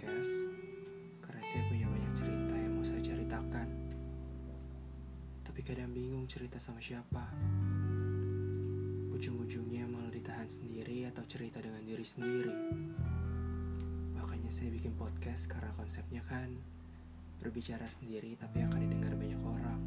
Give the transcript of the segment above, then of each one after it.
podcast karena saya punya banyak cerita yang mau saya ceritakan. Tapi kadang bingung cerita sama siapa. Ujung-ujungnya malah ditahan sendiri atau cerita dengan diri sendiri. Makanya saya bikin podcast karena konsepnya kan berbicara sendiri tapi akan didengar banyak orang.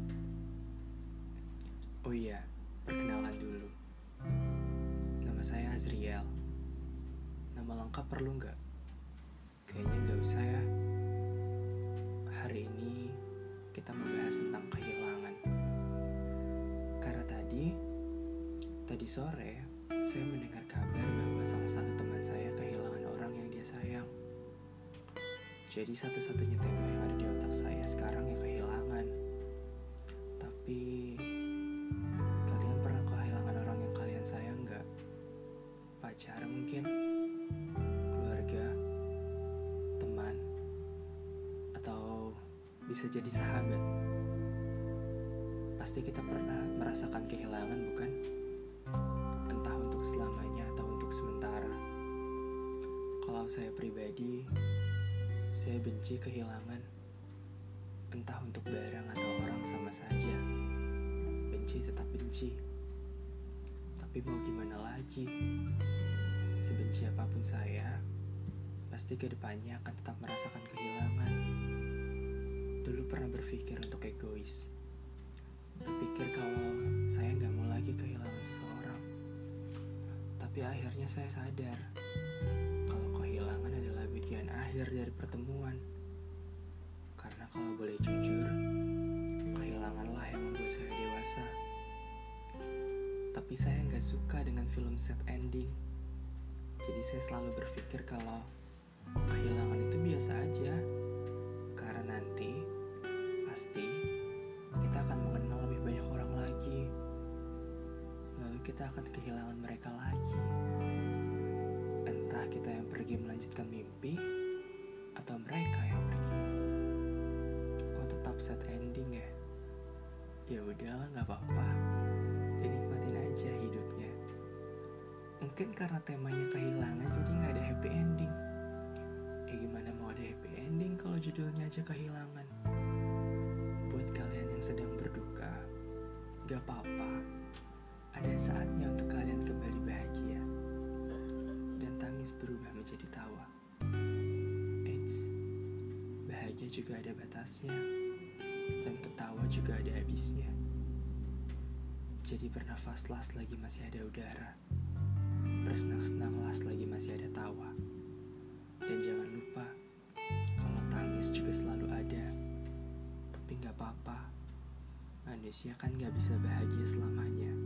Oh iya, perkenalan dulu. Nama saya Azriel. Nama lengkap perlu nggak? Kayaknya nggak usah ya. Hari ini kita membahas tentang kehilangan. Karena tadi sore saya mendengar kabar bahwa salah satu teman saya kehilangan orang yang dia sayang. Jadi satu-satunya tema yang ada di otak saya sekarang ya kehilangan. Tapi kalian pernah kehilangan orang yang kalian sayang nggak? Pacar mungkin? Keluarga? Teman? Atau bisa jadi sahabat? Pasti kita pernah merasakan kehilangan, bukan? Entah untuk selamanya atau untuk sementara. Kalau saya pribadi, saya benci kehilangan. Entah untuk barang atau orang sama saja. Benci tetap benci. Tapi mau gimana lagi? Sebenci apapun saya, pasti kedepannya akan tetap merasakan kehilangan. Dulu pernah berpikir untuk egois. Berpikir kalau saya gak mau lagi kehilangan seseorang. Tapi akhirnya saya sadar kalau kehilangan adalah bagian akhir dari pertemuan. Karena kalau boleh jujur, kehilanganlah yang membuat saya dewasa. Tapi saya gak suka dengan film sad ending. Jadi saya selalu berpikir kalau kehilangan itu biasa aja. Karena nanti pasti kita akan mengenal lebih banyak orang lagi. Lalu kita akan kehilangan mereka lagi. Entah kita yang pergi melanjutkan mimpi atau mereka yang pergi. Kok tetap sad ending ya? Ya udahlah, nggak apa-apa. Dinikmatin aja hidupnya. Mungkin karena temanya kehilangan jadi nggak ada happy ending. Gimana mau ada happy ending kalau judulnya aja kehilangan? Buat kalian yang sedang berduka, gak apa-apa. Ada saatnya untuk kalian kembali bahagia. Dan tangis berubah menjadi tawa. Eits, bahagia juga ada batasnya. Dan ketawa juga ada habisnya. Jadi bernafaslah selagi masih ada udara. Bersenang-senanglah selagi masih ada tawa. Dan jangan lupa, kalau tangis juga selalu ada. Tapi gak apa-apa, manusia kan gak bisa bahagia selamanya.